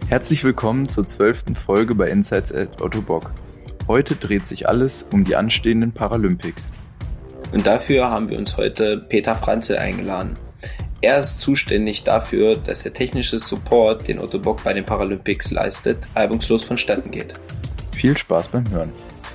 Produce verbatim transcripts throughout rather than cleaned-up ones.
Herzlich willkommen zur zwölften Folge bei Insights at Otto Bock. Heute dreht sich alles um die anstehenden Paralympics. Und dafür haben wir uns heute Peter Franzl eingeladen. Er ist zuständig dafür, dass der technische Support, den Otto Bock bei den Paralympics leistet, reibungslos vonstatten geht. Viel Spaß beim Hören.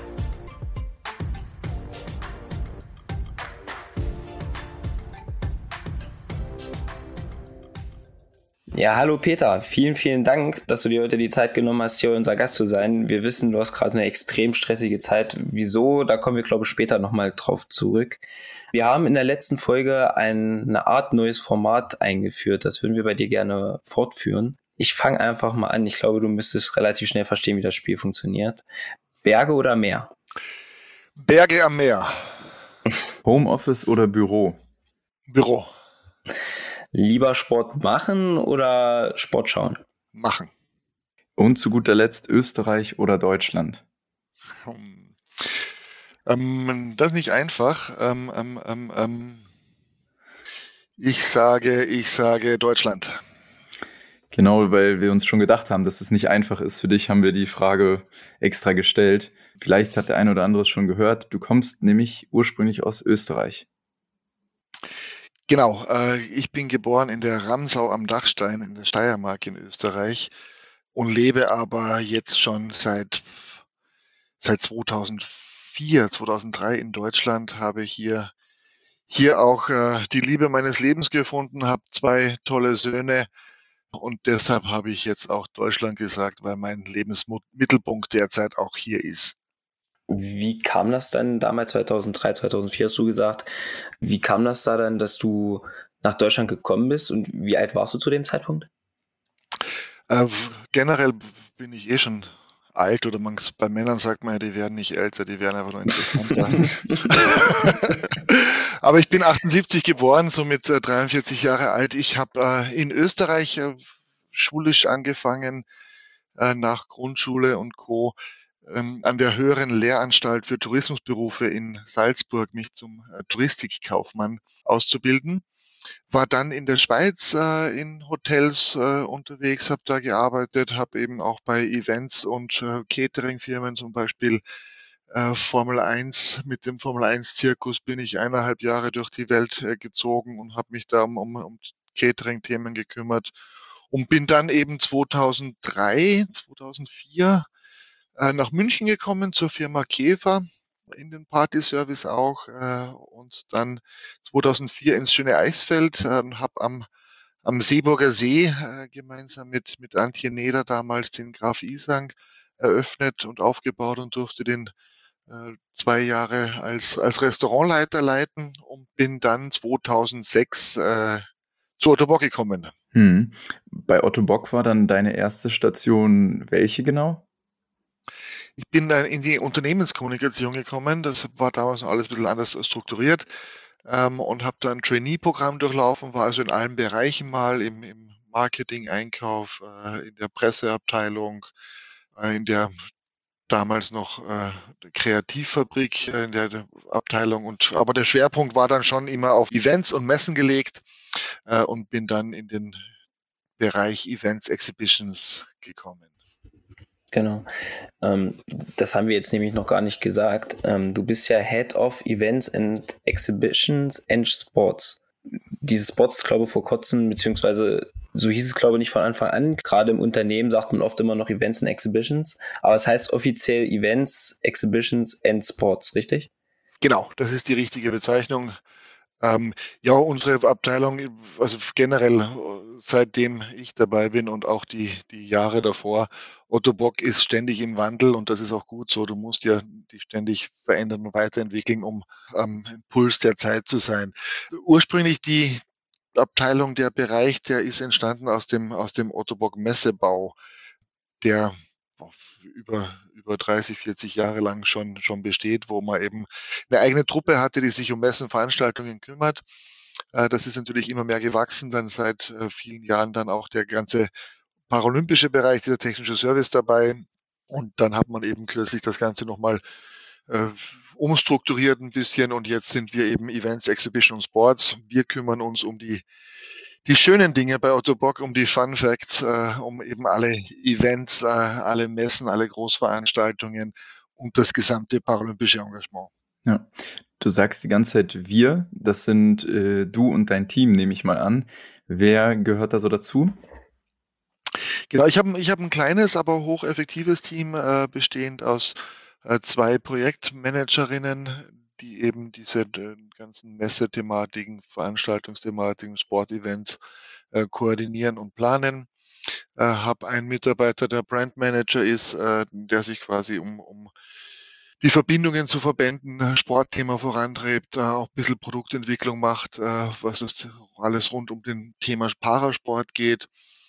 Ja, hallo Peter, vielen, vielen Dank, dass du dir heute die Zeit genommen hast, hier unser Gast zu sein. Wir wissen, du hast gerade eine extrem stressige Zeit. Wieso? Da kommen wir, glaube ich, später nochmal drauf zurück. Wir haben in der letzten Folge eine Art neues Format eingeführt. Das würden wir bei dir gerne fortführen. Ich fange einfach mal an. Ich glaube, du müsstest relativ schnell verstehen, wie das Spiel funktioniert. Berge oder Meer? Berge am Meer. Homeoffice oder Büro? Büro. Lieber Sport machen oder Sport schauen? Machen. Und zu guter Letzt Österreich oder Deutschland? Hm. Ähm, das ist nicht einfach. Ähm, ähm, ähm, ähm. Ich sage, ich sage Deutschland. Genau, weil wir uns schon gedacht haben, dass es nicht einfach ist. Für dich haben wir die Frage extra gestellt. Vielleicht hat der eine oder andere es schon gehört. Du kommst nämlich ursprünglich aus Österreich. Genau, äh, ich bin geboren in der Ramsau am Dachstein in der Steiermark in Österreich und lebe aber jetzt schon seit, seit zweitausendvier, zweitausenddrei in Deutschland, habe hier, hier auch äh, die Liebe meines Lebens gefunden, habe zwei tolle Söhne und deshalb habe ich jetzt auch Deutschland gesagt, weil mein Lebensmittelpunkt derzeit auch hier ist. Wie kam das dann damals, zweitausenddrei, zweitausendvier hast du gesagt, wie kam das da dann, dass du nach Deutschland gekommen bist und wie alt warst du zu dem Zeitpunkt? Äh, generell bin ich eh schon alt oder man, bei Männern sagt man ja, die werden nicht älter, die werden einfach nur interessanter. Aber ich bin achtundsiebzig geboren, somit äh, dreiundvierzig Jahre alt. Ich habe äh, in Österreich äh, schulisch angefangen, äh, nach Grundschule und Co. Ähm, an der höheren Lehranstalt für Tourismusberufe in Salzburg mich zum äh, Touristikkaufmann auszubilden. War dann in der Schweiz äh, in Hotels äh, unterwegs, habe da gearbeitet, habe eben auch bei Events und äh, Catering-Firmen, zum Beispiel äh, Formel eins, mit dem Formel eins Zirkus bin ich eineinhalb Jahre durch die Welt äh, gezogen und habe mich da um, um, um Catering-Themen gekümmert und bin dann eben zweitausenddrei, zweitausendvier äh, nach München gekommen zur Firma Käfer, in den Partyservice auch äh, und dann zweitausendvier ins schöne Eichsfeld, äh, habe am, am Seeburger See äh, gemeinsam mit, mit Antje Neder damals den Graf Isang eröffnet und aufgebaut und durfte den äh, zwei Jahre als, als Restaurantleiter leiten und bin dann zweitausendsechs äh, zu Otto Bock gekommen. Hm. Bei Otto Bock war dann deine erste Station welche genau? Ich bin dann in die Unternehmenskommunikation gekommen. Das war damals noch alles ein bisschen anders strukturiert ähm, und habe dann ein Trainee-Programm durchlaufen, war also in allen Bereichen mal im, im Marketing, Einkauf, äh, in der Presseabteilung, äh, in der damals noch äh, Kreativfabrik, äh, in der, der Abteilung. Und aber der Schwerpunkt war dann schon immer auf Events und Messen gelegt äh, und bin dann in den Bereich Events, Exhibitions gekommen. Genau. Ähm, das haben wir jetzt nämlich noch gar nicht gesagt. Ähm, du bist ja Head of Events and Exhibitions and Sports. Diese Sports, glaube ich, vor kurzem, beziehungsweise so hieß es, glaube ich, nicht von Anfang an. Gerade im Unternehmen sagt man oft immer noch Events and Exhibitions. Aber es heißt offiziell Events, Exhibitions and Sports, richtig? Genau, das ist die richtige Bezeichnung. Ähm, ja, unsere Abteilung, also generell, seitdem ich dabei bin und auch die, die Jahre davor, Otto Bock ist ständig im Wandel und das ist auch gut so. Du musst ja dich ständig verändern und weiterentwickeln, um am Puls der Zeit zu sein. Ursprünglich die Abteilung, der Bereich, der ist entstanden aus dem, aus dem Otto Bock Messebau, der über, über dreißig, vierzig Jahre lang schon, schon besteht, wo man eben eine eigene Truppe hatte, die sich um Messen, Veranstaltungen kümmert. Das ist natürlich immer mehr gewachsen, dann seit vielen Jahren dann auch der ganze paralympische Bereich, dieser technische Service dabei. Und dann hat man eben kürzlich das Ganze nochmal äh, umstrukturiert ein bisschen und jetzt sind wir eben Events, Exhibition und Sports. Wir kümmern uns um die die schönen Dinge bei Otto Bock, um die Fun Facts, äh, um eben alle Events, äh, alle Messen, alle Großveranstaltungen und das gesamte paralympische Engagement. Ja, du sagst die ganze Zeit wir, das sind äh, du und dein Team, nehme ich mal an. Wer gehört da so dazu? Genau, ich habe ich hab ein kleines, aber hocheffektives Team, äh, bestehend aus äh, zwei Projektmanagerinnen, die eben diese äh, ganzen Messethematiken, Veranstaltungsthematiken, Sportevents äh, koordinieren und planen. Äh, habe einen Mitarbeiter, der Brandmanager ist, äh, der sich quasi um, um die Verbindungen zu Verbänden, Sportthema vorantreibt, äh, auch ein bisschen Produktentwicklung macht, äh, was es alles rund um den Thema Parasport geht.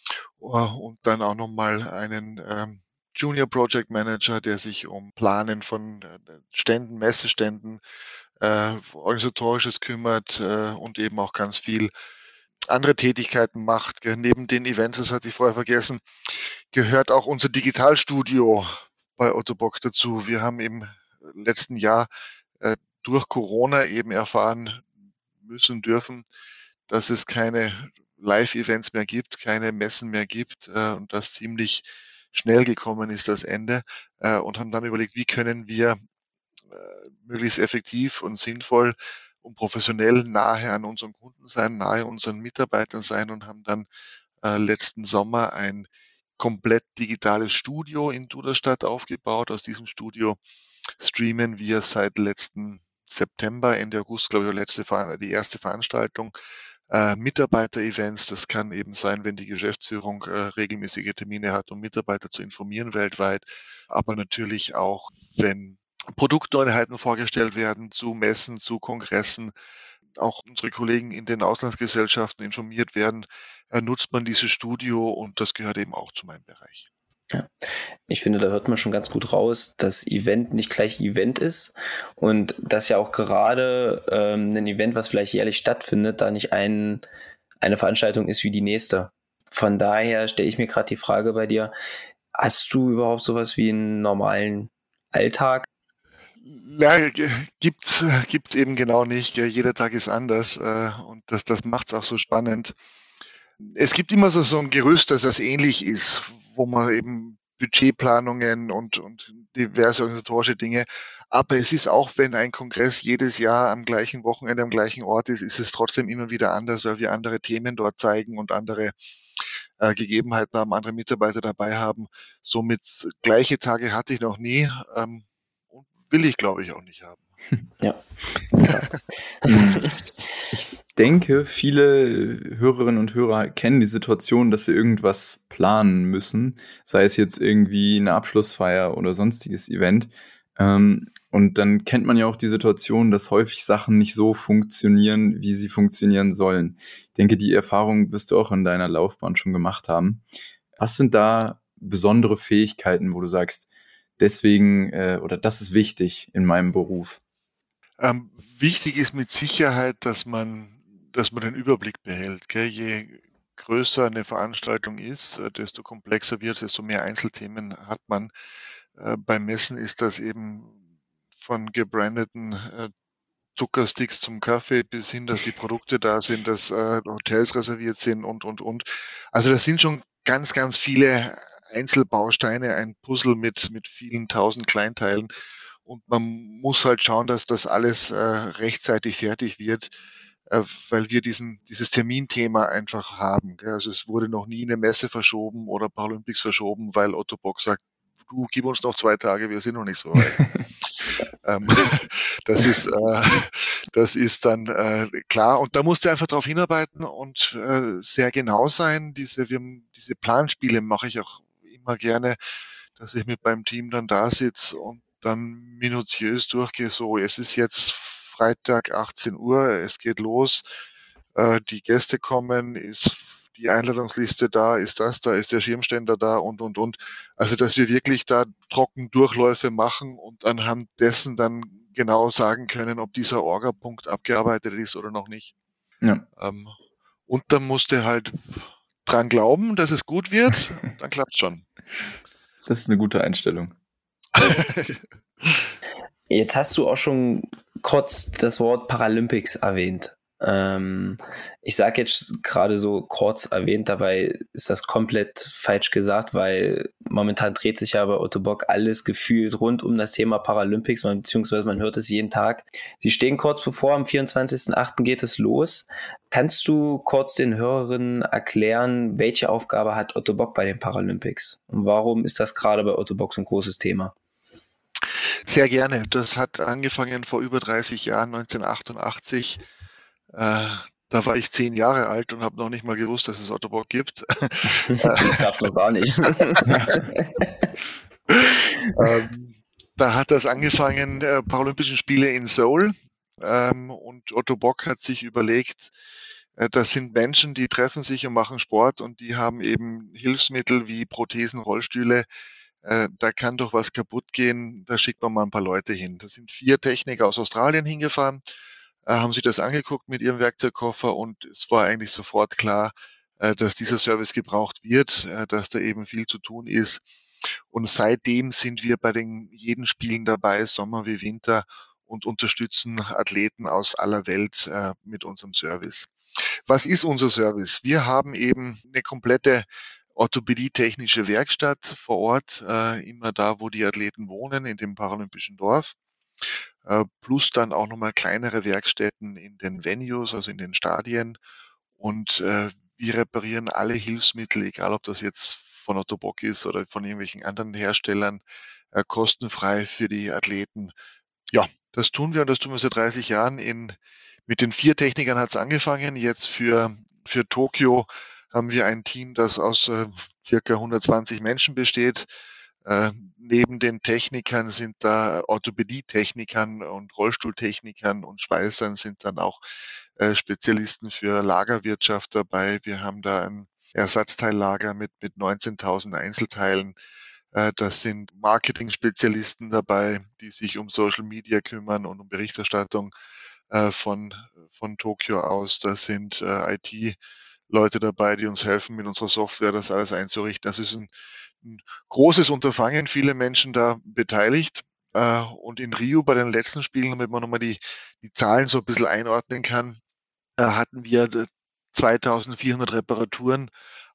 Uh, und dann auch nochmal einen ähm, Junior Project Manager, der sich um Planen von äh, Ständen, Messeständen, äh, Organisatorisches kümmert äh, und eben auch ganz viel andere Tätigkeiten macht. Gell. Neben den Events, das hatte ich vorher vergessen, gehört auch unser Digitalstudio bei Otto Bock dazu. Wir haben im letzten Jahr äh, durch Corona eben erfahren müssen dürfen, dass es keine Live-Events mehr gibt, keine Messen mehr gibt äh, und das ziemlich schnell gekommen ist, das Ende, äh, und haben dann überlegt, wie können wir äh, möglichst effektiv und sinnvoll und professionell nahe an unseren Kunden sein, nahe unseren Mitarbeitern sein und haben dann äh, letzten Sommer ein komplett digitales Studio in Duderstadt aufgebaut. Aus diesem Studio streamen wir seit letzten September, Ende August, glaube ich, letzte, die erste Veranstaltung, äh, Mitarbeiter-Events. Das kann eben sein, wenn die Geschäftsführung äh, regelmäßige Termine hat, um Mitarbeiter zu informieren weltweit, aber natürlich auch, wenn Produktneuheiten vorgestellt werden, zu Messen, zu Kongressen, auch unsere Kollegen in den Auslandsgesellschaften informiert werden, äh, nutzt man dieses Studio und das gehört eben auch zu meinem Bereich. Ja, ich finde, da hört man schon ganz gut raus, dass Event nicht gleich Event ist und dass ja auch gerade ähm, ein Event, was vielleicht jährlich stattfindet, da nicht ein, eine Veranstaltung ist wie die nächste. Von daher stelle ich mir gerade die Frage bei dir, hast du überhaupt sowas wie einen normalen Alltag? Ja, gibt's gibt's eben genau nicht. Jeder Tag ist anders äh, und das, das macht es auch so spannend. Es gibt immer so, so ein Gerüst, dass das ähnlich ist, wo man eben Budgetplanungen und, und diverse organisatorische Dinge, aber es ist auch, wenn ein Kongress jedes Jahr am gleichen Wochenende am gleichen Ort ist, ist es trotzdem immer wieder anders, weil wir andere Themen dort zeigen und andere äh, Gegebenheiten haben, andere Mitarbeiter dabei haben. Somit gleiche Tage hatte ich noch nie ähm, und will ich, glaube ich, auch nicht haben. Ja. Ich denke, viele Hörerinnen und Hörer kennen die Situation, dass sie irgendwas planen müssen, sei es jetzt irgendwie eine Abschlussfeier oder sonstiges Event. Und dann kennt man ja auch die Situation, dass häufig Sachen nicht so funktionieren, wie sie funktionieren sollen. Ich denke, die Erfahrung wirst du auch in deiner Laufbahn schon gemacht haben. Was sind da besondere Fähigkeiten, wo du sagst, deswegen äh, oder das ist wichtig in meinem Beruf? Ähm, wichtig ist mit Sicherheit, dass man, dass man den Überblick behält. Gell? Je größer eine Veranstaltung ist, desto komplexer wird es, desto mehr Einzelthemen hat man. Äh, beim Messen ist das eben von gebrandeten äh, Zuckersticks zum Kaffee bis hin, dass die Produkte da sind, dass äh, Hotels reserviert sind und, und, und. Also das sind schon ganz, ganz viele Einzelbausteine, ein Puzzle mit, mit vielen tausend Kleinteilen. Und man muss halt schauen, dass das alles äh, rechtzeitig fertig wird, äh, weil wir diesen, dieses Terminthema einfach haben. Gell? Also es wurde noch nie eine Messe verschoben oder Paralympics verschoben, weil Otto Bock sagt, du gib uns noch zwei Tage, wir sind noch nicht so weit. ähm, das ist, äh, das ist dann äh, klar. Und da musst du einfach darauf hinarbeiten und äh, sehr genau sein. Diese, wir, diese Planspiele mache ich auch immer gerne, dass ich mit meinem Team dann da sitze und dann minutiös durchgehe, so, es ist jetzt Freitag achtzehn Uhr, es geht los, äh, die Gäste kommen, ist die Einladungsliste da, ist das da, ist der Schirmständer da und, und, und. Also, dass wir wirklich da trocken Durchläufe machen und anhand dessen dann genau sagen können, ob dieser Orga-Punkt abgearbeitet ist oder noch nicht. Ja. Ähm, und dann musst du halt dran glauben, dass es gut wird, dann klappt's schon. Das ist eine gute Einstellung. Jetzt hast du auch schon kurz das Wort Paralympics erwähnt. Ähm, ich sage jetzt gerade so kurz erwähnt, dabei ist das komplett falsch gesagt, weil momentan dreht sich ja bei Otto Bock alles gefühlt rund um das Thema Paralympics, beziehungsweise man hört es jeden Tag. Sie stehen kurz bevor, am vierundzwanzigsten achten geht es los. Kannst du kurz den Hörerinnen erklären, welche Aufgabe hat Otto Bock bei den Paralympics? Und warum ist das gerade bei Otto Bock so ein großes Thema? Sehr gerne. Das hat angefangen vor über dreißig Jahren, neunzehnhundertachtundachtzig. Äh, da war ich zehn Jahre alt und habe noch nicht mal gewusst, dass es Otto Bock gibt. Das gab's noch gar nicht. ähm, da hat das angefangen, äh, Paralympischen Spiele in Seoul. Ähm, und Otto Bock hat sich überlegt, äh, das sind Menschen, die treffen sich und machen Sport und die haben eben Hilfsmittel wie Prothesen, Rollstühle. Äh, da kann doch was kaputt gehen, da schickt man mal ein paar Leute hin. Da sind vier Techniker aus Australien hingefahren, äh, haben sich das angeguckt mit ihrem Werkzeugkoffer und es war eigentlich sofort klar, äh, dass dieser Service gebraucht wird, äh, dass da eben viel zu tun ist. Und seitdem sind wir bei den jeden Spielen dabei, Sommer wie Winter, und unterstützen Athleten aus aller Welt äh, mit unserem Service. Was ist unser Service? Wir haben eben eine komplette orthopädie-technische Werkstatt vor Ort, äh, immer da, wo die Athleten wohnen, in dem paralympischen Dorf, äh, plus dann auch nochmal kleinere Werkstätten in den Venues, also in den Stadien. Und äh, wir reparieren alle Hilfsmittel, egal ob das jetzt von Otto Bock ist oder von irgendwelchen anderen Herstellern, äh, kostenfrei für die Athleten. Ja, das tun wir und das tun wir seit dreißig Jahren. In, mit den vier Technikern hat es angefangen. Jetzt für, für Tokio haben wir ein Team, das aus äh, circa hundertzwanzig Menschen besteht. Äh, neben den Technikern sind da Orthopädie-Technikern und Rollstuhltechnikern und Schweißern sind dann auch äh, Spezialisten für Lagerwirtschaft dabei. Wir haben da ein Ersatzteillager mit, mit neunzehntausend Einzelteilen. Äh, das sind Marketing-Spezialisten dabei, die sich um Social Media kümmern und um Berichterstattung äh, von, von Tokio aus. Das sind äh, I T-Leute dabei, die uns helfen, mit unserer Software das alles einzurichten. Das ist ein, ein großes Unterfangen, viele Menschen da beteiligt. Äh, und in Rio bei den letzten Spielen, damit man nochmal die, die Zahlen so ein bisschen einordnen kann, äh, hatten wir zweitausendvierhundert Reparaturen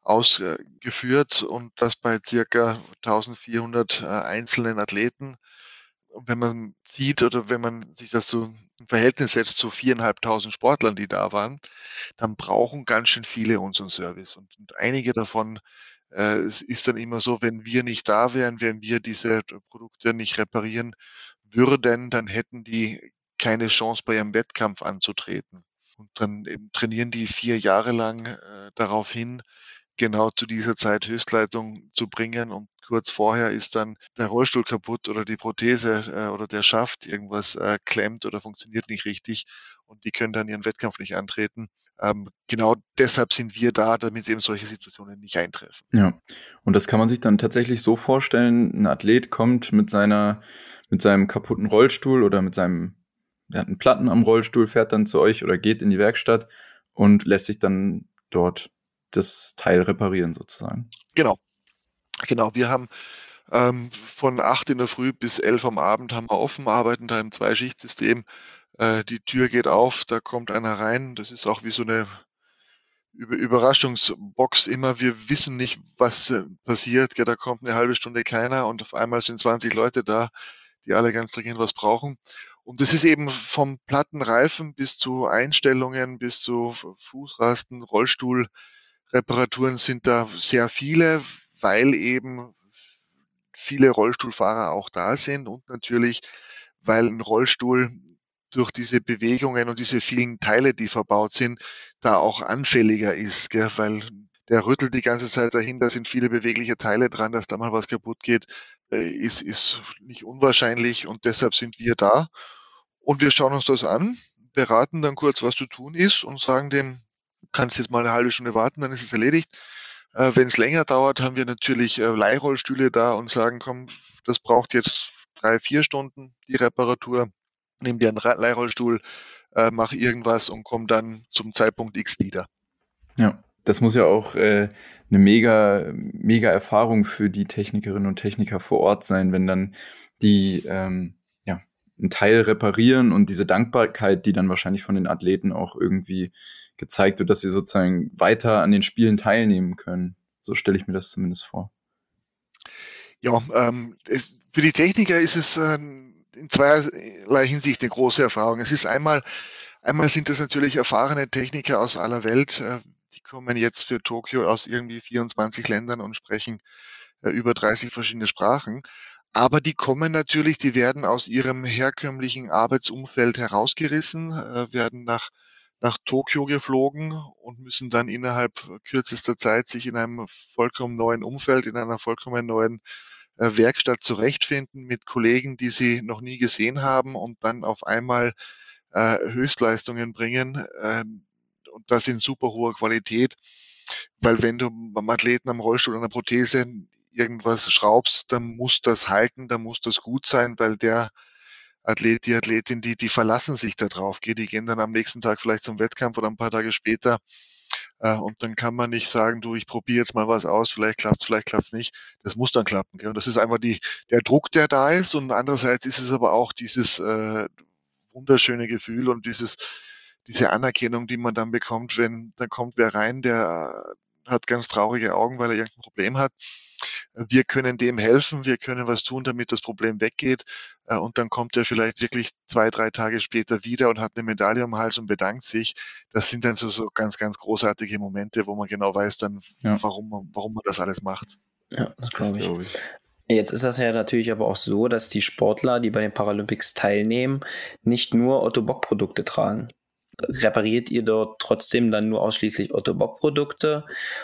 ausgeführt und das bei circa eintausendvierhundert äh, einzelnen Athleten. Und wenn man sieht oder wenn man sich das so im Verhältnis setzt zu viereinhalbtausend Sportlern, die da waren, dann brauchen ganz schön viele unseren Service. Und, und einige davon äh, es ist dann immer so, wenn wir nicht da wären, wenn wir diese Produkte nicht reparieren würden, dann hätten die keine Chance bei ihrem Wettkampf anzutreten. Und dann eben trainieren die vier Jahre lang äh, darauf hin, genau zu dieser Zeit Höchstleistung zu bringen. Und kurz vorher ist dann der Rollstuhl kaputt oder die Prothese äh, oder der Schaft, irgendwas äh, klemmt oder funktioniert nicht richtig und die können dann ihren Wettkampf nicht antreten. Ähm, genau deshalb sind wir da, damit eben solche Situationen nicht eintreffen. Ja, und das kann man sich dann tatsächlich so vorstellen, ein Athlet kommt mit seiner, mit seinem kaputten Rollstuhl oder mit seinem, der hat einen Platten am Rollstuhl, fährt dann zu euch oder geht in die Werkstatt und lässt sich dann dort das Teil reparieren sozusagen. Genau, genau. Wir haben ähm, von acht in der Früh bis elf am Abend haben wir offen, arbeiten da im Zweischichtsystem. Äh, die Tür geht auf, da kommt einer rein. Das ist auch wie so eine Über Überraschungsbox immer. Wir wissen nicht, was äh, passiert. Ja, da kommt eine halbe Stunde keiner und auf einmal sind zwanzig Leute da, die alle ganz dringend was brauchen. Und das ist eben vom Plattenreifen bis zu Einstellungen, bis zu Fußrasten, Rollstuhlreparaturen sind da sehr viele, weil eben viele Rollstuhlfahrer auch da sind und natürlich, weil ein Rollstuhl durch diese Bewegungen und diese vielen Teile, die verbaut sind, da auch anfälliger ist, gell? Weil der rüttelt die ganze Zeit dahin, da sind viele bewegliche Teile dran, dass da mal was kaputt geht, äh, ist, ist nicht unwahrscheinlich und deshalb sind wir da und wir schauen uns das an, beraten dann kurz, was zu tun ist und sagen dem, du kannst jetzt mal eine halbe Stunde warten, dann ist es erledigt. Äh, wenn es länger dauert, haben wir natürlich äh, Leihrollstühle da und sagen, komm, das braucht jetzt drei, vier Stunden, die Reparatur. Nimm dir einen Leihrollstuhl, äh, mach irgendwas und komm dann zum Zeitpunkt X wieder. Ja, das muss ja auch äh, eine mega, mega Erfahrung für die Technikerinnen und Techniker vor Ort sein, wenn dann die, ähm, ja, einen Teil reparieren und diese Dankbarkeit, die dann wahrscheinlich von den Athleten auch irgendwie gezeigt wird, dass sie sozusagen weiter an den Spielen teilnehmen können. So stelle ich mir das zumindest vor. Ja, ähm, es, für die Techniker ist es äh, in zweierlei Hinsicht eine große Erfahrung. Es ist einmal, einmal sind das natürlich erfahrene Techniker aus aller Welt. Äh, die kommen jetzt für Tokio aus irgendwie vierundzwanzig Ländern und sprechen äh, über dreißig verschiedene Sprachen. Aber die kommen natürlich, die werden aus ihrem herkömmlichen Arbeitsumfeld herausgerissen, äh, werden nach, nach Tokio geflogen und müssen dann innerhalb kürzester Zeit sich in einem vollkommen neuen Umfeld, in einer vollkommen neuen äh, Werkstatt zurechtfinden mit Kollegen, die sie noch nie gesehen haben und dann auf einmal äh, Höchstleistungen bringen äh, und das in super hoher Qualität. Weil wenn du beim Athleten am Rollstuhl oder einer Prothese irgendwas schraubst, dann muss das halten, dann muss das gut sein, weil der Athlet, die Athletin, die, die verlassen sich da drauf. Die gehen dann am nächsten Tag vielleicht zum Wettkampf oder ein paar Tage später. Äh, und dann kann man nicht sagen, du, ich probiere jetzt mal was aus, vielleicht klappt's, vielleicht klappt's nicht. Das muss dann klappen. Gell? Und das ist einfach die, der Druck, der da ist. Und andererseits ist es aber auch dieses äh, wunderschöne Gefühl und dieses diese Anerkennung, die man dann bekommt, wenn da kommt wer rein, der hat ganz traurige Augen, weil er irgendein Problem hat. Wir können dem helfen, wir können was tun, damit das Problem weggeht. Und dann kommt er vielleicht wirklich zwei, drei Tage später wieder und hat eine Medaille am Hals und bedankt sich. Das sind dann so, so ganz, ganz großartige Momente, wo man genau weiß dann, ja. warum, man, warum man das alles macht. Ja, das glaube ich. Glaub ich. Jetzt ist das ja natürlich aber auch so, dass die Sportler, die bei den Paralympics teilnehmen, nicht nur Otto-Bock-Produkte tragen. Repariert ihr dort trotzdem dann nur ausschließlich Otto-Bock-Produkte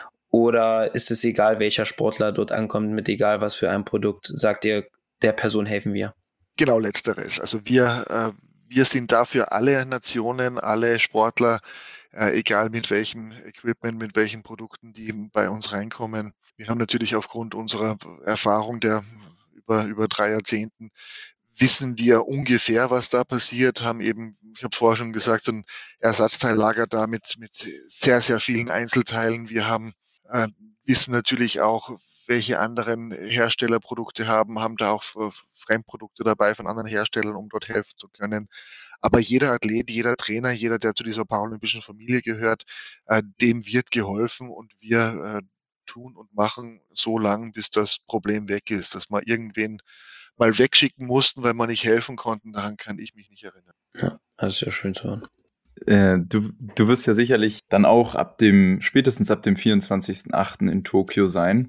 oder ist es egal, welcher Sportler dort ankommt, mit egal was für ein Produkt, sagt ihr, der Person helfen wir? Genau, letzteres. Also wir, äh, wir sind dafür alle Nationen, alle Sportler, äh, egal mit welchem Equipment, mit welchen Produkten, die bei uns reinkommen. Wir haben natürlich aufgrund unserer Erfahrung der über, über drei Jahrzehnten wissen wir ungefähr, was da passiert, haben eben, ich habe vorher schon gesagt, ein Ersatzteillager da mit, mit sehr, sehr vielen Einzelteilen. Wir haben, äh, wissen natürlich auch, welche anderen Hersteller Produkte haben, haben da auch Fremdprodukte dabei von anderen Herstellern, um dort helfen zu können. Aber jeder Athlet, jeder Trainer, jeder, der zu dieser paralympischen Familie gehört, äh, dem wird geholfen und wir äh, tun und machen so lange, bis das Problem weg ist, dass man irgendwen mal wegschicken mussten, weil man nicht helfen konnten, daran kann ich mich nicht erinnern. Ja, das ist ja schön zu hören. Äh, du, du wirst ja sicherlich dann auch ab dem, spätestens ab dem vierundzwanzigsten achten in Tokio sein.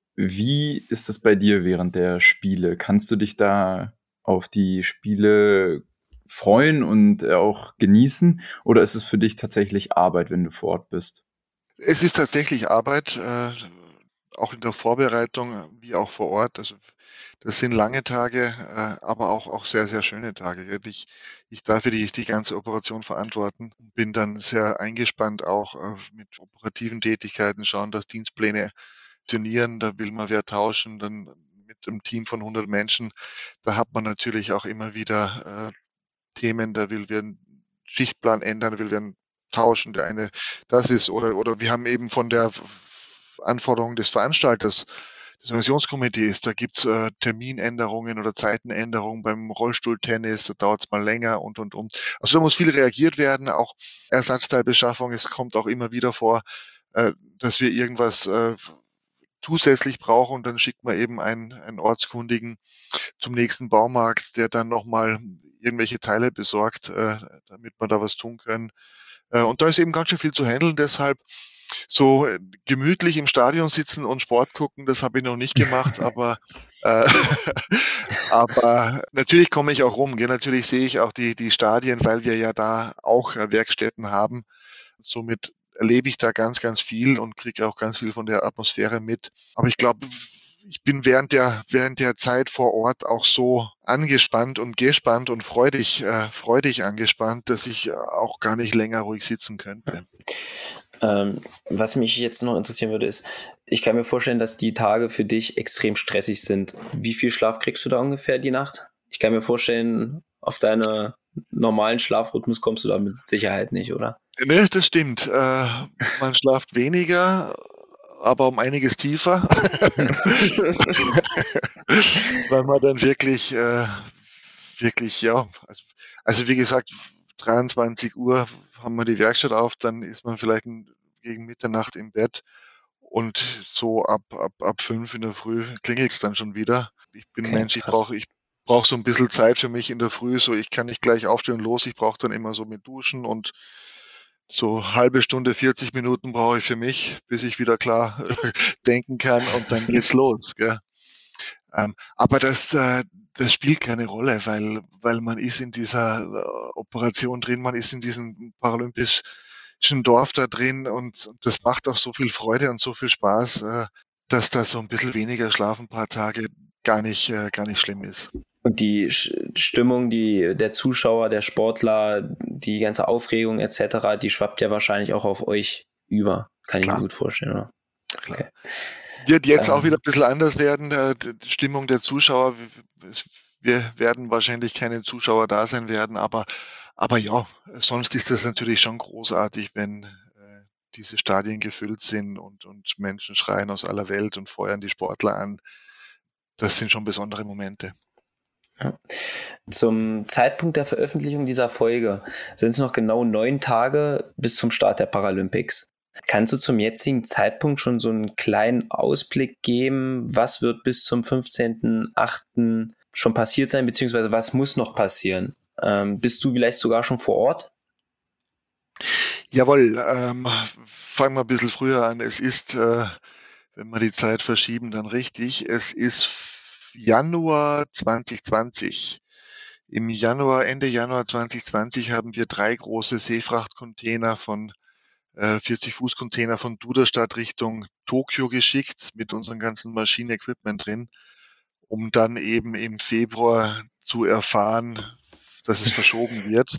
Wie ist es bei dir während der Spiele? Kannst du dich da auf die Spiele freuen und auch genießen? Oder ist es für dich tatsächlich Arbeit, wenn du vor Ort bist? Es ist tatsächlich Arbeit, äh, auch in der Vorbereitung wie auch vor Ort. Also das sind lange Tage, äh, aber auch, auch sehr, sehr schöne Tage. Ich, ich darf für die, die ganze Operation verantworten und bin dann sehr eingespannt auch äh, mit operativen Tätigkeiten, schauen, dass Dienstpläne funktionieren. Da will man wer tauschen, dann mit einem Team von hundert Menschen. Da hat man natürlich auch immer wieder äh, Themen, da will wir einen Schichtplan ändern, will wir einen tauschen. Der eine, das ist, oder, oder wir haben eben von der Anforderung des Veranstalters, des Organisationskomitees, da gibt's äh, Terminänderungen oder Zeitenänderungen beim Rollstuhltennis, da dauert's mal länger und, und, und. Also da muss viel reagiert werden, auch Ersatzteilbeschaffung, es kommt auch immer wieder vor, äh, dass wir irgendwas äh, zusätzlich brauchen und dann schickt man eben einen, einen Ortskundigen zum nächsten Baumarkt, der dann nochmal irgendwelche Teile besorgt, äh, damit wir da was tun können. Äh, und da ist eben ganz schön viel zu handeln, deshalb so gemütlich im Stadion sitzen und Sport gucken, das habe ich noch nicht gemacht, aber äh, aber natürlich komme ich auch rum. Gell? Natürlich sehe ich auch die die Stadien, weil wir ja da auch Werkstätten haben. Somit erlebe ich da ganz, ganz viel und kriege auch ganz viel von der Atmosphäre mit. Aber ich glaube, ich bin während der während der Zeit vor Ort auch so angespannt und gespannt und freudig äh, freudig angespannt, dass ich auch gar nicht länger ruhig sitzen könnte. Ähm, was mich jetzt noch interessieren würde, ist, ich kann mir vorstellen, dass die Tage für dich extrem stressig sind. Wie viel Schlaf kriegst du da ungefähr die Nacht? Ich kann mir vorstellen, auf deinen normalen Schlafrhythmus kommst du da mit Sicherheit nicht, oder? Ne, das stimmt. Äh, man schlaft weniger, aber um einiges tiefer. Weil man dann wirklich äh, wirklich, ja, also, also wie gesagt, dreiundzwanzig Uhr haben wir die Werkstatt auf, dann ist man vielleicht gegen Mitternacht im Bett und so ab, ab, ab fünf in der Früh klingelt's dann schon wieder. Ich bin Okay, Mensch, ich krass. brauche ich brauche so ein bisschen Zeit für mich in der Früh, so ich kann nicht gleich aufstehen und los, ich brauche dann immer so mit Duschen und so halbe Stunde, vierzig Minuten brauche ich für mich, bis ich wieder klar denken kann und dann geht's los, gell? Ähm, aber das, äh, das spielt keine Rolle, weil, weil man ist in dieser äh, Operation drin, man ist in diesem paralympischen Dorf da drin und das macht auch so viel Freude und so viel Spaß, äh, dass da so ein bisschen weniger Schlaf ein paar Tage gar nicht, äh, gar nicht schlimm ist. Und die Stimmung, die der Zuschauer, der Sportler, die ganze Aufregung et cetera, die schwappt ja wahrscheinlich auch auf euch über. Kann ich Klar. mir gut vorstellen, oder? Klar. Okay. Wird jetzt Ähm. auch wieder ein bisschen anders werden, äh, die Stimmung der Zuschauer. Es, wir werden wahrscheinlich keine Zuschauer da sein werden, aber, aber ja, sonst ist das natürlich schon großartig, wenn äh, diese Stadien gefüllt sind und, und Menschen schreien aus aller Welt und feuern die Sportler an. Das sind schon besondere Momente. Ja. Zum Zeitpunkt der Veröffentlichung dieser Folge sind es noch genau neun Tage bis zum Start der Paralympics. Kannst du zum jetzigen Zeitpunkt schon so einen kleinen Ausblick geben, was wird bis zum fünfzehnten achten schon passiert sein, beziehungsweise was muss noch passieren? Ähm, bist du vielleicht sogar schon vor Ort? Jawohl, ähm, fangen wir ein bisschen früher an. Es ist, äh, wenn wir die Zeit verschieben, dann richtig. Es ist Januar zwanzig zwanzig. Im Januar, Ende Januar zwanzig zwanzig haben wir drei große Seefrachtcontainer von äh, vierzig Fuß Container von Duderstadt Richtung Tokio geschickt mit unserem ganzen Maschinenequipment drin, um dann eben im Februar zu erfahren, dass es verschoben wird.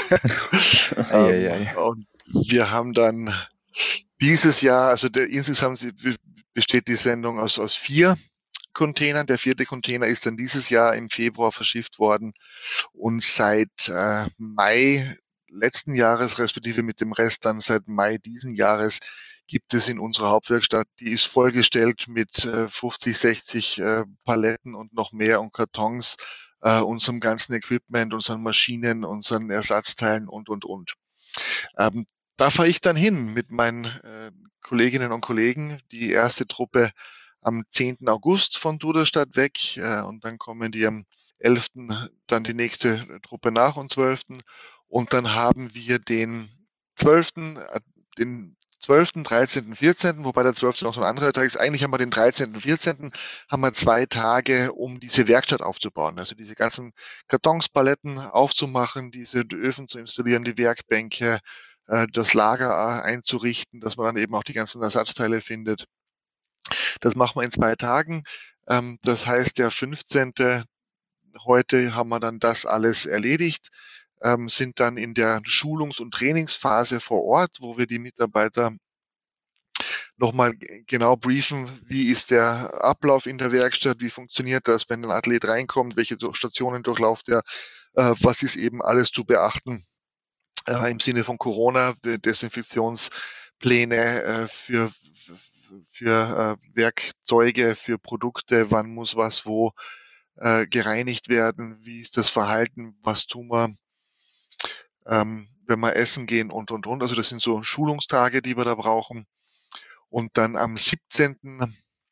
ähm, und wir haben dann dieses Jahr, also der, insgesamt besteht die Sendung aus, aus vier Containern. Der vierte Container ist dann dieses Jahr im Februar verschifft worden und seit äh, Mai letzten Jahres, respektive mit dem Rest dann seit Mai diesen Jahres, gibt es in unserer Hauptwerkstatt, die ist vollgestellt mit äh, fünfzig, sechzig äh, Paletten und noch mehr und Kartons, äh, unserem ganzen Equipment, unseren Maschinen, unseren Ersatzteilen und, und, und. Ähm, da fahre ich dann hin mit meinen äh, Kolleginnen und Kollegen. Die erste Truppe am zehnten August von Duderstadt weg äh, und dann kommen die am elften dann die nächste Truppe nach und zwölften Und dann haben wir den zwölften, den zwölften, dreizehnten, vierzehnten, wobei der zwölfte noch so ein anderer Tag ist. Eigentlich haben wir den dreizehnten, vierzehnten haben wir zwei Tage, um diese Werkstatt aufzubauen. Also diese ganzen Kartonspaletten aufzumachen, diese Öfen zu installieren, die Werkbänke, äh, das Lager einzurichten, dass man dann eben auch die ganzen Ersatzteile findet. Das machen wir in zwei Tagen. Ähm, das heißt, der fünfzehnte Heute haben wir dann das alles erledigt, ähm, sind dann in der Schulungs- und Trainingsphase vor Ort, wo wir die Mitarbeiter nochmal genau briefen, wie ist der Ablauf in der Werkstatt, wie funktioniert das, wenn ein Athlet reinkommt, welche Stationen durchlauft er, äh, was ist eben alles zu beachten äh, im Sinne von Corona, Desinfektionspläne äh, für, für äh, Werkzeuge, für Produkte, wann muss was wo äh, gereinigt werden, wie ist das Verhalten, was tun wir, ähm, wenn wir essen gehen und, und, und. Also das sind so Schulungstage, die wir da brauchen. Und dann am siebzehnten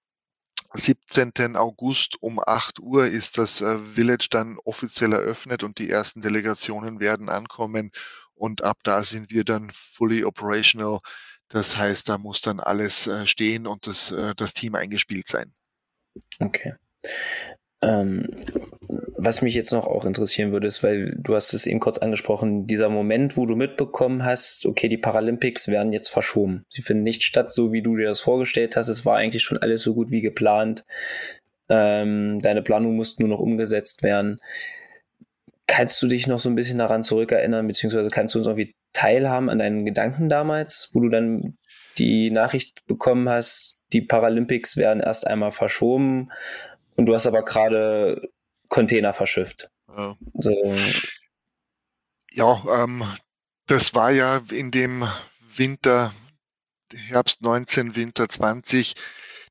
August um acht Uhr ist das äh, Village dann offiziell eröffnet und die ersten Delegationen werden ankommen. Und ab da sind wir dann fully operational. Das heißt, da muss dann alles äh, stehen und das, äh, das Team eingespielt sein. Okay. Ähm, was mich jetzt noch auch interessieren würde, ist, weil du hast es eben kurz angesprochen, dieser Moment, wo du mitbekommen hast, okay, die Paralympics werden jetzt verschoben. Sie finden nicht statt, so wie du dir das vorgestellt hast. Es war eigentlich schon alles so gut wie geplant. Ähm, deine Planung musste nur noch umgesetzt werden. Kannst du dich noch so ein bisschen daran zurückerinnern, beziehungsweise kannst du uns irgendwie teilhaben an deinen Gedanken damals, wo du dann die Nachricht bekommen hast, die Paralympics werden erst einmal verschoben und du hast aber gerade Container verschifft. Ja, so. ja ähm, das war ja in dem Winter, Herbst neunzehn, Winter zwanzig,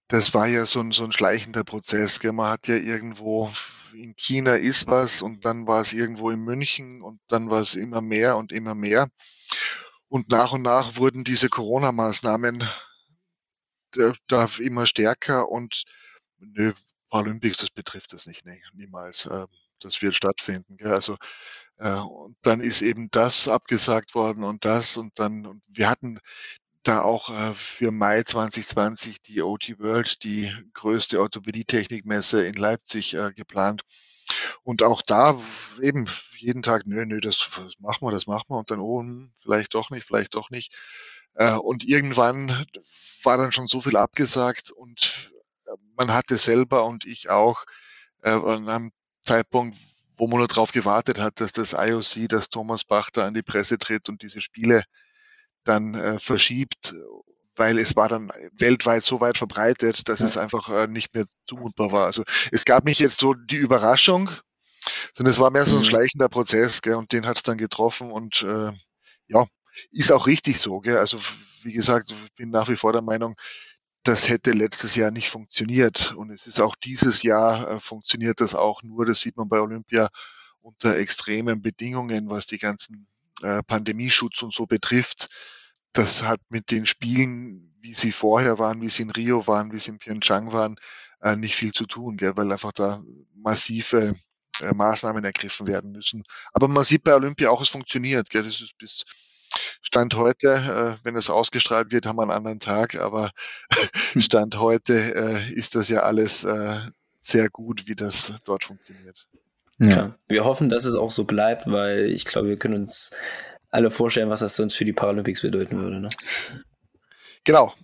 das war ja so ein, so ein schleichender Prozess. Gell? Man hat ja irgendwo, in China ist was und dann war es irgendwo in München und dann war es immer mehr und immer mehr. Und nach und nach wurden diese Corona-Maßnahmen da, da immer stärker und nö, Paralympics, das betrifft das nicht, nee, niemals. Äh, das wird stattfinden. Gell? Also äh, und dann ist eben das abgesagt worden und das und dann, und wir hatten da auch äh, für Mai zwanzig zwanzig die O T World, die größte Orthopädie-Technikmesse in Leipzig, äh, geplant. Und auch da eben jeden Tag, nö, nö, das, das machen wir, das machen wir. Und dann, oh, hm, vielleicht doch nicht, vielleicht doch nicht. Äh, und irgendwann war dann schon so viel abgesagt und äh, man hatte selber und ich auch äh, an einem Zeitpunkt, wo man nur darauf gewartet hat, dass das I O C, dass Thomas Bach da an die Presse tritt und diese Spiele dann äh, verschiebt, weil es war dann weltweit so weit verbreitet, dass ja. es einfach äh, nicht mehr zumutbar war. Also es gab nicht jetzt so die Überraschung, sondern es war mehr so ein mhm. schleichender Prozess, gell, und den hat es dann getroffen und äh, ja, ist auch richtig so. Gell. Also wie gesagt, ich bin nach wie vor der Meinung, das hätte letztes Jahr nicht funktioniert und es ist auch dieses Jahr äh, funktioniert das auch nur, das sieht man bei Olympia unter extremen Bedingungen, was die ganzen äh, Pandemieschutz und so betrifft. Das hat mit den Spielen, wie sie vorher waren, wie sie in Rio waren, wie sie in Pyeongchang waren, äh, nicht viel zu tun, gell, weil einfach da massive äh, Maßnahmen ergriffen werden müssen. Aber man sieht bei Olympia auch, es funktioniert. Gell, das ist bis Stand heute, äh, wenn es ausgestrahlt wird, haben wir einen anderen Tag, aber Stand heute äh, ist das ja alles äh, sehr gut, wie das dort funktioniert. Ja. Ja, wir hoffen, dass es auch so bleibt, weil ich glaube, wir können uns alle vorstellen, was das sonst für die Paralympics bedeuten würde. Ne? Genau.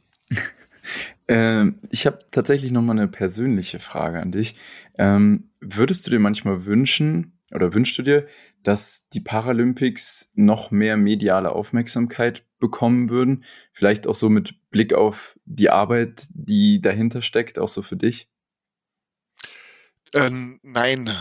ähm, ich habe tatsächlich nochmal eine persönliche Frage an dich. Ähm, würdest du dir manchmal wünschen, oder wünschst du dir, dass die Paralympics noch mehr mediale Aufmerksamkeit bekommen würden? Vielleicht auch so mit Blick auf die Arbeit, die dahinter steckt, auch so für dich? Ähm, nein.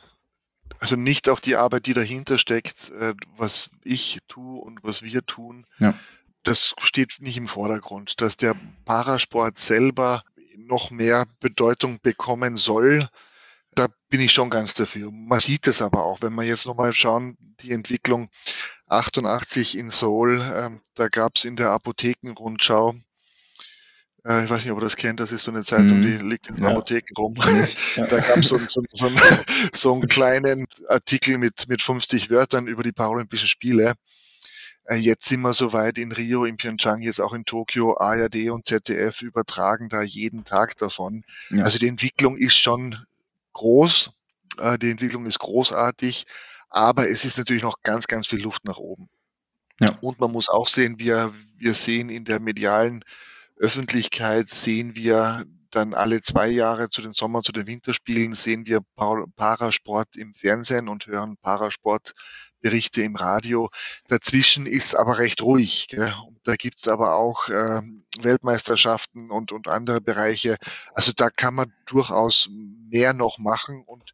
Also nicht auf die Arbeit, die dahinter steckt, äh, was ich tue und was wir tun. Ja. Das steht nicht im Vordergrund. Dass der Parasport selber noch mehr Bedeutung bekommen soll, da bin ich schon ganz dafür. Man sieht es aber auch, wenn wir jetzt nochmal schauen, die Entwicklung achtundachtzig in Seoul, äh, da gab es in der Apothekenrundschau, äh, ich weiß nicht, ob ihr das kennt, das ist so eine Zeitung, mhm. die liegt in den ja. Apotheken rum. Ja. Da gab es so, so, so, so einen kleinen Artikel mit, mit fünfzig Wörtern über die Paralympischen Spiele. Äh, jetzt sind wir soweit in Rio, in Pyeongchang, jetzt auch in Tokio, A R D und Z D F übertragen da jeden Tag davon. Ja. Also die Entwicklung ist schon groß, äh, die Entwicklung ist großartig, aber es ist natürlich noch ganz, ganz viel Luft nach oben. Ja. Und man muss auch sehen, wir, wir sehen in der medialen Öffentlichkeit, sehen wir dann alle zwei Jahre zu den Sommer-, zu den Winterspielen, sehen wir Parasport im Fernsehen und hören Parasportberichte im Radio. Dazwischen ist aber recht ruhig. Gell? Und da gibt's aber auch äh, Weltmeisterschaften und, und andere Bereiche. Also da kann man durchaus mehr noch machen. Und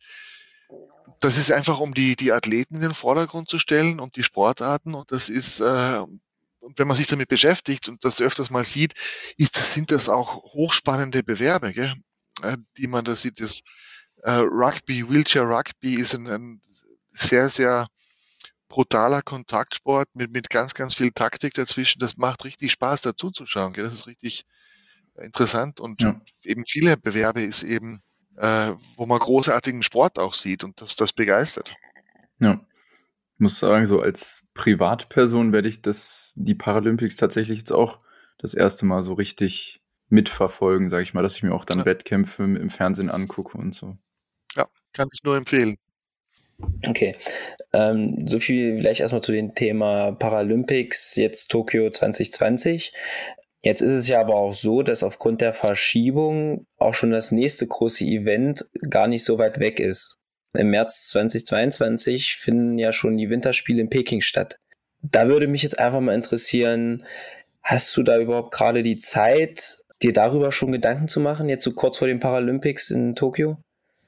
das ist einfach, um die, die Athleten in den Vordergrund zu stellen und die Sportarten. Und das ist... Äh, Und wenn man sich damit beschäftigt und das öfters mal sieht, ist das, sind das auch hochspannende Bewerbe, gell? Die man da sieht. Das äh, Rugby, Wheelchair Rugby ist ein, ein sehr, sehr brutaler Kontaktsport mit, mit ganz, ganz viel Taktik dazwischen. Das macht richtig Spaß, dazu zu schauen. Gell? Das ist richtig interessant und ja. eben viele Bewerbe ist eben, äh, wo man großartigen Sport auch sieht und das, das begeistert. Ja. Ich muss sagen, so als Privatperson werde ich das, die Paralympics tatsächlich jetzt auch das erste Mal so richtig mitverfolgen, sage ich mal, dass ich mir auch dann ja. Wettkämpfe im Fernsehen angucke und so. Ja, kann ich nur empfehlen. Okay, ähm, so viel vielleicht erstmal zu dem Thema Paralympics, jetzt Tokio zwanzig zwanzig. Jetzt ist es ja aber auch so, dass aufgrund der Verschiebung auch schon das nächste große Event gar nicht so weit weg ist. Im März zweitausendzweiundzwanzig finden ja schon die Winterspiele in Peking statt. Da würde mich jetzt einfach mal interessieren, hast du da überhaupt gerade die Zeit, dir darüber schon Gedanken zu machen, jetzt so kurz vor den Paralympics in Tokio?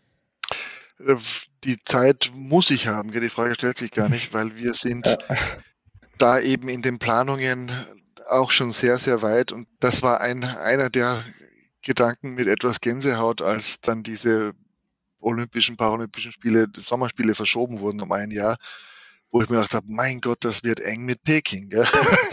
Die Zeit muss ich haben, die Frage stellt sich gar nicht, weil wir sind ja. da eben in den Planungen auch schon sehr, sehr weit und das war ein, einer der Gedanken mit etwas Gänsehaut, als dann diese Olympischen, Paralympischen Spiele, Sommerspiele verschoben wurden um ein Jahr, wo ich mir gedacht habe, mein Gott, das wird eng mit Peking. Gell?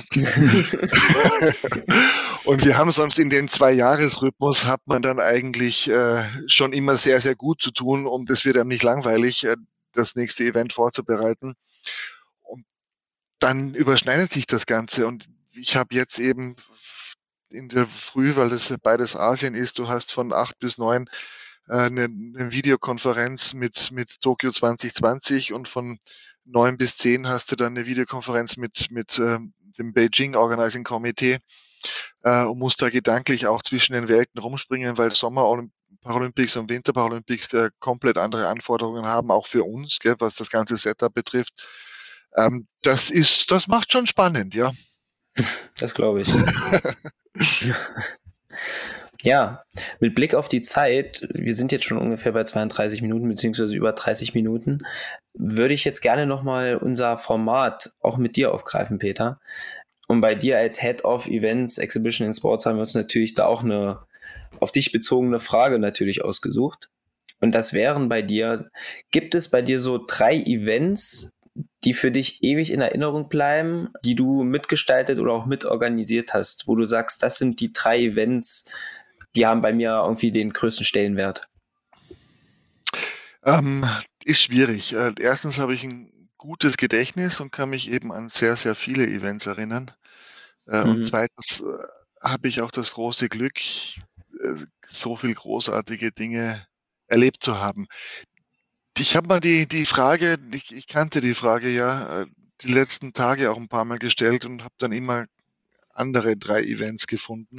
Und wir haben sonst in den Zwei-Jahres-Rhythmus hat man dann eigentlich äh, schon immer sehr, sehr gut zu tun, und es wird einem nicht langweilig, äh, das nächste Event vorzubereiten. Und dann überschneidet sich das Ganze, und ich habe jetzt eben in der Früh, weil das beides Asien ist, du hast von acht bis neun äh, eine, eine Videokonferenz mit, mit Tokio zwanzig zwanzig, und von neun bis zehn hast du dann eine Videokonferenz mit, mit äh, dem Beijing Organizing Committee äh, und musst da gedanklich auch zwischen den Welten rumspringen, weil Sommer Paralympics und Winter Paralympics äh, komplett andere Anforderungen haben, auch für uns, gell, was das ganze Setup betrifft. Ähm, das ist, das macht schon spannend, ja. Das glaube ich. Ja, mit Blick auf die Zeit, wir sind jetzt schon ungefähr bei zweiunddreißig Minuten, beziehungsweise über dreißig Minuten, würde ich jetzt gerne nochmal unser Format auch mit dir aufgreifen, Peter. Und bei dir als Head of Events, Exhibition in Sports haben wir uns natürlich da auch eine auf dich bezogene Frage natürlich ausgesucht. Und das wären bei dir, gibt es bei dir so drei Events, die für dich ewig in Erinnerung bleiben, die du mitgestaltet oder auch mitorganisiert hast, wo du sagst, das sind die drei Events, die haben bei mir irgendwie den größten Stellenwert? Ähm, ist schwierig. Äh, erstens habe ich ein gutes Gedächtnis und kann mich eben an sehr, sehr viele Events erinnern. Äh, mhm. Und zweitens äh, habe ich auch das große Glück, äh, so viel großartige Dinge erlebt zu haben. Ich habe mal die, die Frage, ich, ich kannte die Frage ja, die letzten Tage auch ein paar Mal gestellt und habe dann immer andere drei Events gefunden.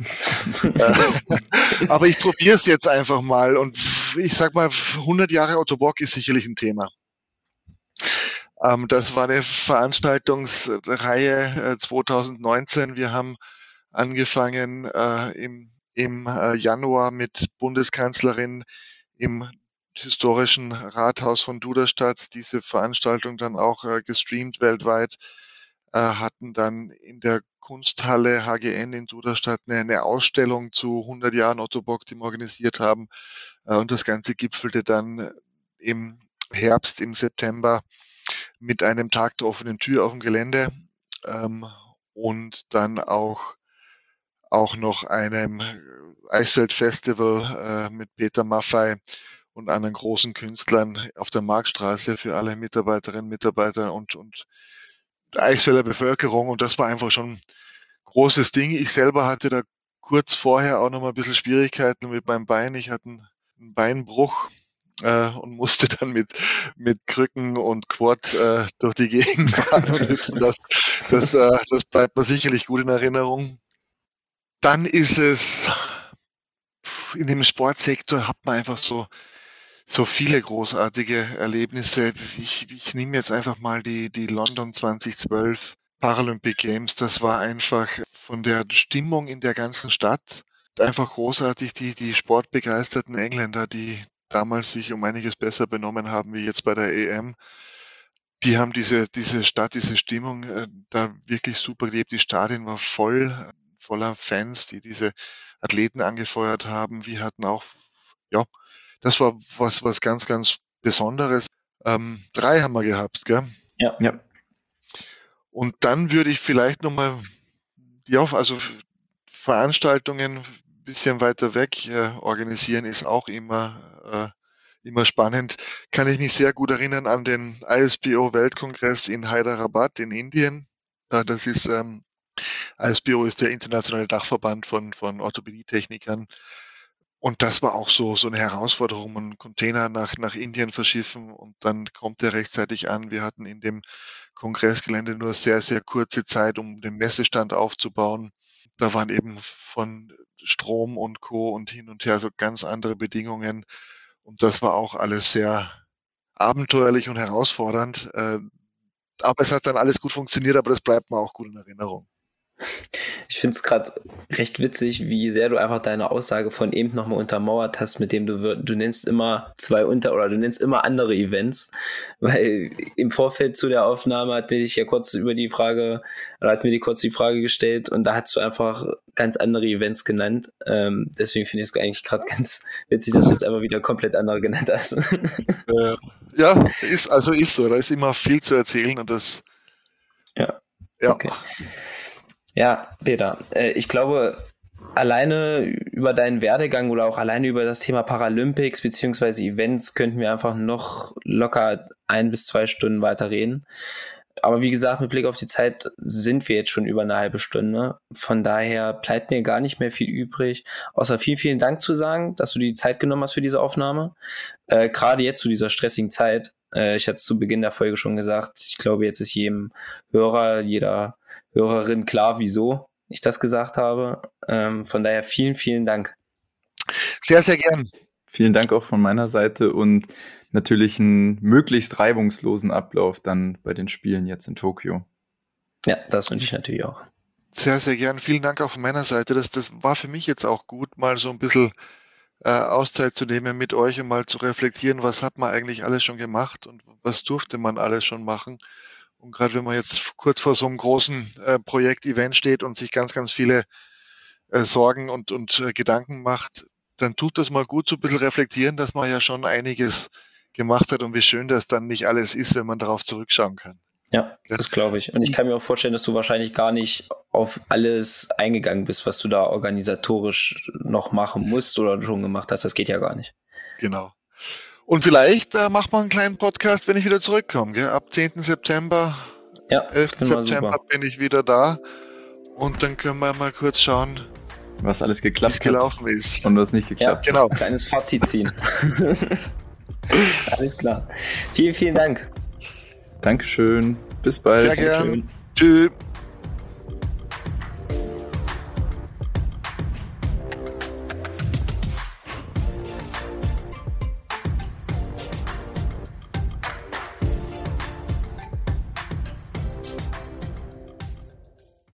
Aber ich probiere es jetzt einfach mal, und ich sag mal, hundert Jahre Otto Bock ist sicherlich ein Thema. Ähm, das war eine Veranstaltungsreihe äh, zwanzig neunzehn. Wir haben angefangen äh, im, im äh, Januar mit Bundeskanzlerin im historischen Rathaus von Duderstadt, diese Veranstaltung dann auch äh, gestreamt weltweit, äh, hatten dann in der Kunsthalle H G N in Duderstadt eine, eine Ausstellung zu hundert Jahren Otto Bock, die wir organisiert haben, äh, und das Ganze gipfelte dann im Herbst, im September mit einem Tag der offenen Tür auf dem Gelände, ähm, und dann auch auch noch einem Eisfeld-Festival äh, mit Peter Maffay und anderen großen Künstlern auf der Marktstraße für alle Mitarbeiterinnen, Mitarbeiter und, und Eichsfelder Bevölkerung. Und das war einfach schon ein großes Ding. Ich selber hatte da kurz vorher auch noch mal ein bisschen Schwierigkeiten mit meinem Bein. Ich hatte einen Beinbruch äh, und musste dann mit, mit Krücken und Quad äh, durch die Gegend fahren und hüpfen. Das, das, äh, das bleibt mir sicherlich gut in Erinnerung. Dann ist es, in dem Sportsektor hat man einfach so, so viele großartige Erlebnisse. Ich, ich nehme jetzt einfach mal die, die London zwanzig zwölf Paralympic Games. Das war einfach von der Stimmung in der ganzen Stadt einfach großartig. Die, die sportbegeisterten Engländer, die damals sich um einiges besser benommen haben wie jetzt bei der E M, die haben diese, diese Stadt, diese Stimmung äh, da wirklich super gelebt. Die Stadien war voll, voller Fans, die diese Athleten angefeuert haben. Wir hatten auch, ja, das war was, was ganz, ganz Besonderes. Ähm, drei haben wir gehabt, gell? Ja. ja. Und dann würde ich vielleicht nochmal, ja, also Veranstaltungen ein bisschen weiter weg äh, organisieren ist auch immer, äh, immer spannend. Kann ich mich sehr gut erinnern an den I S P O-Weltkongress in Hyderabad in Indien. Äh, das ist, ähm, I S P O ist der internationale Dachverband von, von Orthopädietechnikern. Und das war auch so, so eine Herausforderung, einen Container nach, nach Indien verschiffen, und dann kommt er rechtzeitig an. Wir hatten in dem Kongressgelände nur sehr, sehr kurze Zeit, um den Messestand aufzubauen. Da waren eben von Strom und Co. und hin und her so ganz andere Bedingungen. Und das war auch alles sehr abenteuerlich und herausfordernd. Aber es hat dann alles gut funktioniert, aber das bleibt mir auch gut in Erinnerung. Ich finde es gerade recht witzig, wie sehr du einfach deine Aussage von eben nochmal untermauert hast, mit dem du du nennst immer zwei unter oder du nennst immer andere Events, weil im Vorfeld zu der Aufnahme hat mir dich ja kurz über die Frage, oder hat mir die kurz die Frage gestellt und da hast du einfach ganz andere Events genannt. Ähm, deswegen finde ich es eigentlich gerade ganz witzig, dass du jetzt einfach wieder komplett andere genannt hast. Äh, ja, ist, also ist so, da ist immer viel zu erzählen und das. Ja. Ja. Okay. Ja, Peter, äh, ich glaube, alleine über deinen Werdegang oder auch alleine über das Thema Paralympics beziehungsweise Events könnten wir einfach noch locker ein bis zwei Stunden weiter reden. Aber wie gesagt, mit Blick auf die Zeit sind wir jetzt schon über eine halbe Stunde. Von daher bleibt mir gar nicht mehr viel übrig, außer vielen, vielen Dank zu sagen, dass du dir die Zeit genommen hast für diese Aufnahme. Äh, gerade jetzt zu dieser stressigen Zeit. Äh, ich hatte es zu Beginn der Folge schon gesagt, ich glaube, jetzt ist jedem Hörer, jeder Hörerin klar, wieso ich das gesagt habe. Ähm, von daher vielen, vielen Dank. Sehr, sehr gern. Vielen Dank auch von meiner Seite und natürlich einen möglichst reibungslosen Ablauf dann bei den Spielen jetzt in Tokio. Ja, das wünsche ich natürlich auch. Sehr, sehr gern. Vielen Dank auch von meiner Seite. Das, das war für mich jetzt auch gut, mal so ein bisschen äh, Auszeit zu nehmen mit euch und mal zu reflektieren, was hat man eigentlich alles schon gemacht und was durfte man alles schon machen. Und gerade wenn man jetzt kurz vor so einem großen äh, Projekt-Event steht und sich ganz, ganz viele äh, Sorgen und, und äh, Gedanken macht, dann tut das mal gut, so ein bisschen reflektieren, dass man ja schon einiges gemacht hat und wie schön das dann nicht alles ist, wenn man darauf zurückschauen kann. Ja, das glaube ich. Und ich kann mir auch vorstellen, dass du wahrscheinlich gar nicht auf alles eingegangen bist, was du da organisatorisch noch machen musst oder schon gemacht hast. Das geht ja gar nicht. Genau. Und vielleicht äh, macht man einen kleinen Podcast, wenn ich wieder zurückkomme. Gell? Ab zehnten September, ja, elften September bin ich wieder da. Und dann können wir mal kurz schauen, was alles geklappt hat gelaufen ist. Und was nicht geklappt ja, genau. Ein kleines Fazit ziehen. Alles klar. Vielen, vielen Dank. Dankeschön. Bis bald. Sehr gern. Tschüss.